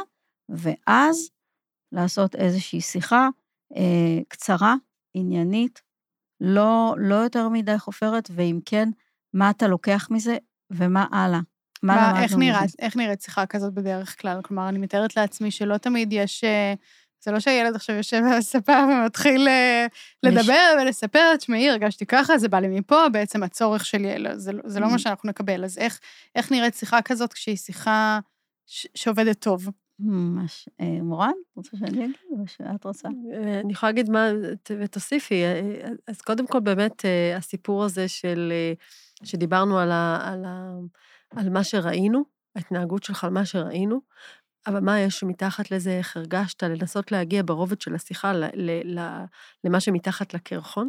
ואז לעשות איזושהי שיחה אה, קצרה, עניינית, לא, לא יותר מדי חופרת, ואם כן, מה אתה לוקח מזה, ומה הלאה? מה, מה איך, נראית, איך נראית שיחה כזאת בדרך כלל? כלומר, אני מתארת לעצמי שלא תמיד יש, זה לא שהילד עכשיו יושב על הספה ומתחיל לדבר ולספר, תשמעי, הרגשתי ככה, זה בא לי מפה, בעצם הצורך של ילד, זה, זה לא מה שאנחנו נקבל. אז איך, איך נראית שיחה כזאת כשהיא שיחה ש, שעובדת טוב? ממש. מורן, רוצה שאני אגיד או שאת רוצה? אני יכולה להגיד מה, ותוסיפי, אז קודם כל באמת הסיפור הזה של, שדיברנו על, ה, על, ה, על מה שראינו, ההתנהגות שלך על מה שראינו, אבל מה יש מתחת לזה, איך הרגשת, לנסות להגיע ברובד של השיחה ל, ל, ל, למה שמתחת לקרחון.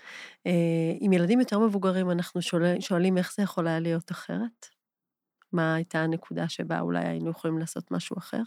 עם ילדים יותר מבוגרים אנחנו שואל, שואלים איך זה יכול היה להיות אחרת. מה הייתה הנקודה שבה אולי היינו יכולים לעשות משהו אחר.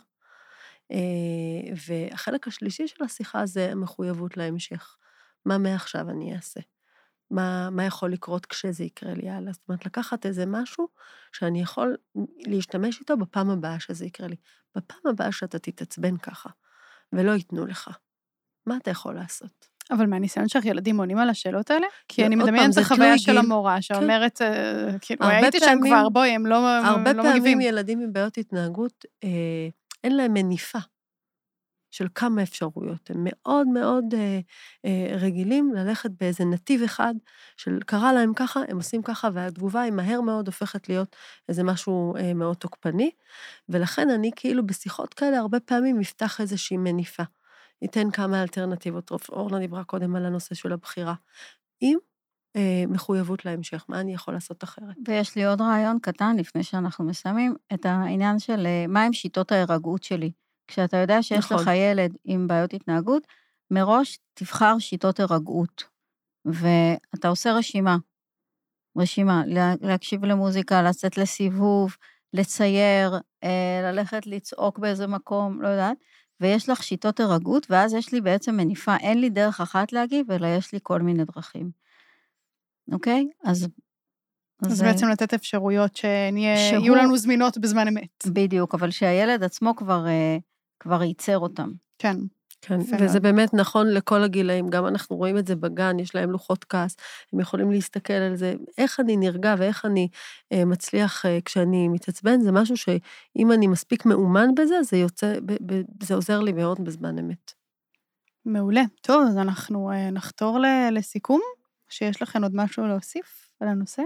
והחלק השלישי של השיחה זה מחויבות להמשך. מה מעכשיו אני אעשה? מה, מה יכול לקרות כשזה יקרה לי הלאה? זאת אומרת, לקחת איזה משהו שאני יכול להשתמש איתו בפעם הבאה שזה יקרה לי. בפעם הבאה שאתה תתעצבן ככה, ולא ייתנו לך. מה אתה יכול לעשות? אבל מהניסיון שלך ילדים עונים על השאלות האלה? כי אני מדמיינת את החוויה של המורה, שאומרת, כאילו, הייתי שם כבר, בואי, הם לא מגיבים. הרבה פעמים ילדים עם בעיות התנהגות, אין להם מניפה של כמה אפשרויות. הם מאוד מאוד אה, אה, רגילים ללכת באיזה נתיב אחד, של קרה להם ככה, הם עושים ככה, והתגובה היא מהר מאוד הופכת להיות איזה משהו אה, מאוד תוקפני, ולכן אני כאילו בשיחות כאלה הרבה פעמים מפתח איזושהי מניפה. ניתן כמה אלטרנטיבות, אורנה דיברה קודם על הנושא של הבחירה. עם אה, מחויבות להמשך, מה אני יכול לעשות אחרת? ויש לי עוד רעיון קטן לפני שאנחנו מסיימים, את העניין של מה עם שיטות ההירגעות שלי. כשאתה יודע שיש נכון. לך ילד עם בעיות התנהגות, מראש תבחר שיטות הירגעות, ואתה עושה רשימה, רשימה, להקשיב למוזיקה, לצאת לסיבוב, לצייר, ללכת לצעוק באיזה מקום, לא יודעת, ויש לך שיטות הירגעות, ואז יש לי בעצם מניפה, אין לי דרך אחת להגיב, אלא יש לי כל מיני דרכים. אוקיי? אז... אז בעצם לתת אפשרויות שיהיו לנו זמינות בזמן אמת. בדיוק, אבל שהילד עצמו כבר, כבר ייצר אותם. כן. כן, וזה באמת נכון לכל הגילאים, גם אנחנו רואים את זה בגן, יש להם לוחות כעס, הם יכולים להסתכל על זה, איך אני נרגע ואיך אני מצליח כשאני מתעצבן, זה משהו שאם אני מספיק מאומן בזה, זה יוצא, זה עוזר לי מאוד בזמן אמת. מעולה. טוב, אז אנחנו נחתור לסיכום, שיש לכם עוד משהו להוסיף על הנושא?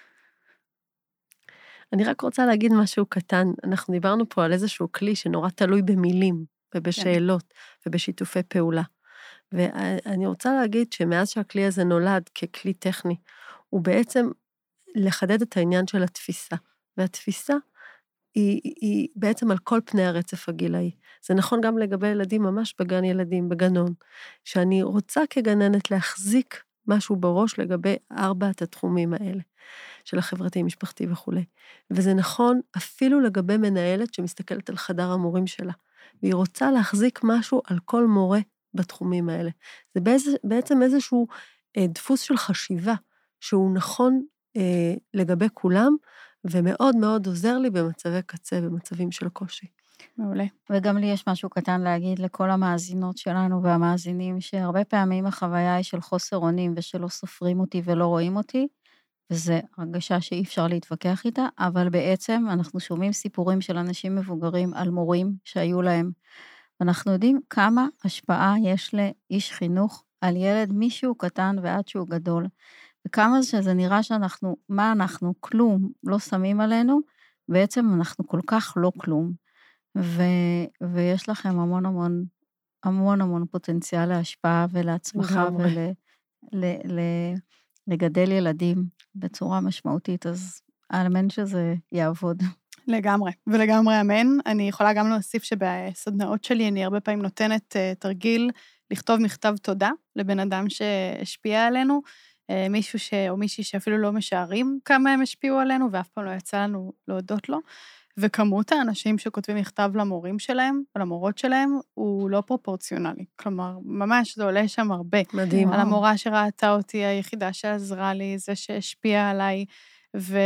אני רק רוצה להגיד משהו קטן, אנחנו דיברנו פה על איזשהו כלי שנורא תלוי במילים, ובשאלות, כן. ובשיתופי פעולה. ואני רוצה להגיד שמאז שהכלי הזה נולד ככלי טכני, הוא בעצם לחדד את העניין של התפיסה, והתפיסה היא, היא בעצם על כל פני הרצף הגילאי. זה נכון גם לגבי ילדים ממש בגן ילדים, בגנון, שאני רוצה כגננת להחזיק משהו בראש לגבי ארבעת התחומים האלה, של החברתי, משפחתי וכו'. וזה נכון אפילו לגבי מנהלת שמסתכלת על חדר המורים שלה, והיא רוצה להחזיק משהו על כל מורה בתחומים האלה. זה בעצם איזשהו דפוס של חשיבה, שהוא נכון אה, לגבי כולם, ומאוד מאוד עוזר לי במצבי קצה, במצבים של קושי. מעולה. וגם לי יש משהו קטן להגיד לכל המאזינות שלנו והמאזינים, שהרבה פעמים החוויה היא של חוסר אונים, ושלא סופרים אותי ולא רואים אותי, וזו הרגשה שאי אפשר להתווכח איתה, אבל בעצם אנחנו שומעים סיפורים של אנשים מבוגרים על מורים שהיו להם, ואנחנו יודעים כמה השפעה יש לאיש חינוך על ילד מישהו קטן ועד שהוא גדול, וכמה שזה נראה שאנחנו, מה אנחנו, כלום, לא שמים עלינו, בעצם אנחנו כל כך לא כלום, ו, ויש לכם המון המון, המון המון פוטנציאל להשפעה ולהצמחה ול, ל, ל, לגדל ילדים בצורה משמעותית, אז האמן שזה יעבוד. לגמרי, ולגמרי אמן. אני יכולה גם להוסיף שבסדנאות שלי אני הרבה פעמים נותנת תרגיל לכתוב מכתב תודה לבן אדם שהשפיע עלינו, מישהו ש... או מישהי שאפילו לא משערים כמה הם השפיעו עלינו, ואף פעם לא יצא לנו להודות לו, וכמות האנשים שכותבים מכתב למורים שלהם, או למורות שלהם, הוא לא פרופורציונלי. כלומר, ממש זה עולה שם הרבה. מדהים. על המורה שראתה אותי, היחידה שעזרה לי, זה שהשפיע עליי, ו...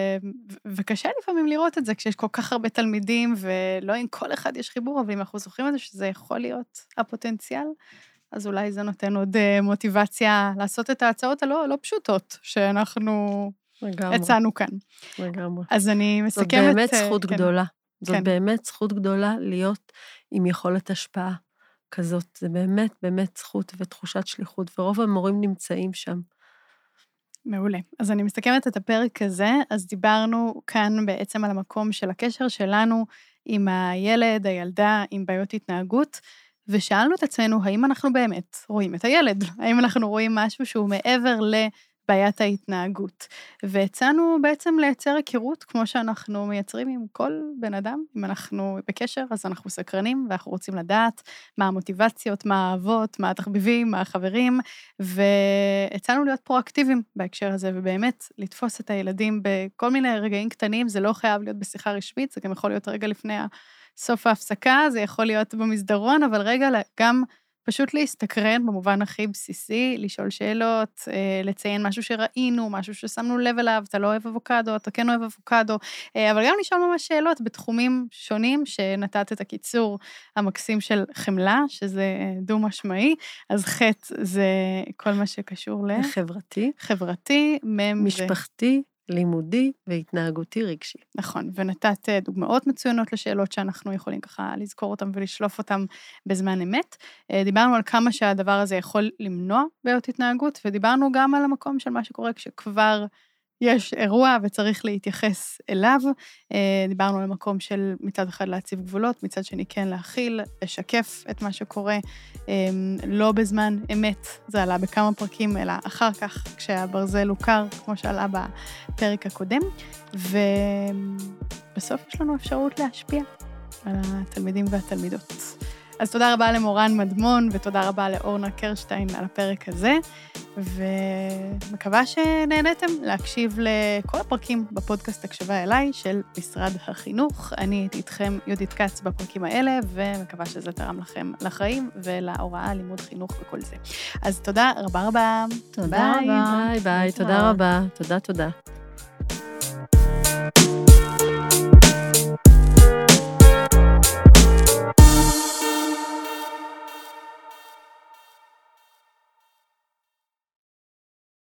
וקשה לפעמים לראות את זה, כשיש כל כך הרבה תלמידים, ולא עם כל אחד יש חיבור, אבל אם אנחנו זוכרים את זה, שזה יכול להיות הפוטנציאל, אז אולי זה נותן עוד מוטיבציה לעשות את ההצעות הלא לא פשוטות, שאנחנו לגמרי. הצענו כאן. לגמרי. אז אני מסכמת... זאת באמת זכות כן. גדולה. זאת כן. באמת זכות גדולה להיות עם יכולת השפעה כזאת. זה באמת, באמת זכות ותחושת שליחות, ורוב המורים נמצאים שם. מעולה. אז אני מסכמת את הפרק הזה, אז דיברנו כאן בעצם על המקום של הקשר שלנו עם הילד, הילדה, עם בעיות התנהגות, ושאלנו את עצמנו, האם אנחנו באמת רואים את הילד? האם אנחנו רואים משהו שהוא מעבר לבעיית ההתנהגות? והצענו בעצם לייצר היכרות, כמו שאנחנו מייצרים עם כל בן אדם. אם אנחנו בקשר, אז אנחנו סקרנים, ואנחנו רוצים לדעת מה המוטיבציות, מה האהבות, מה התחביבים, מה החברים, והצענו להיות פרואקטיביים בהקשר הזה, ובאמת לתפוס את הילדים בכל מיני רגעים קטנים, זה לא חייב להיות בשיחה רשמית, זה גם יכול להיות רגע לפני ה... סוף ההפסקה, זה יכול להיות במסדרון, אבל רגע גם פשוט להסתקרן במובן הכי בסיסי, לשאול שאלות, לציין משהו שראינו, משהו ששמנו לב אליו, אתה לא אוהב אבוקדו, אתה כן אוהב אבוקדו, אבל גם לשאול ממש שאלות בתחומים שונים, שנתת את הקיצור המקסים של חמלה, שזה דו משמעי, אז חטא זה כל מה שקשור ל... חברתי. חברתי, מם משפחתי, לימודי והתנהגותי רגשי. נכון, ונתת דוגמאות מצוינות לשאלות שאנחנו יכולים ככה לזכור אותן ולשלוף אותן בזמן אמת. דיברנו על כמה שהדבר הזה יכול למנוע בעיות התנהגות, ודיברנו גם על המקום של מה שקורה כשכבר יש אירוע וצריך להתייחס אליו. דיברנו על המקום של מצד אחד להציב גבולות, מצד שני כן להכיל, לשקף את מה שקורה, לא בזמן אמת, זה עלה בכמה פרקים, אלא אחר כך כשהברזל הוכר, כמו שעלה בפרק הקודם, ובסוף יש לנו אפשרות להשפיע על התלמידים והתלמידות. אז תודה רבה למורן מדמון, ותודה רבה לאורנה קרשטיין על הפרק הזה, ומקווה שנהנתם להקשיב לכל הפרקים בפודקאסט הקשבה אליי של משרד החינוך. אני הייתי איתכם יהודית קץ בפרקים האלה, ומקווה שזה תרם לכם לחיים ולהוראה, לימוד חינוך וכל זה. אז תודה רבה רבה. תודה רבה. ביי ביי, תודה רבה. תודה תודה.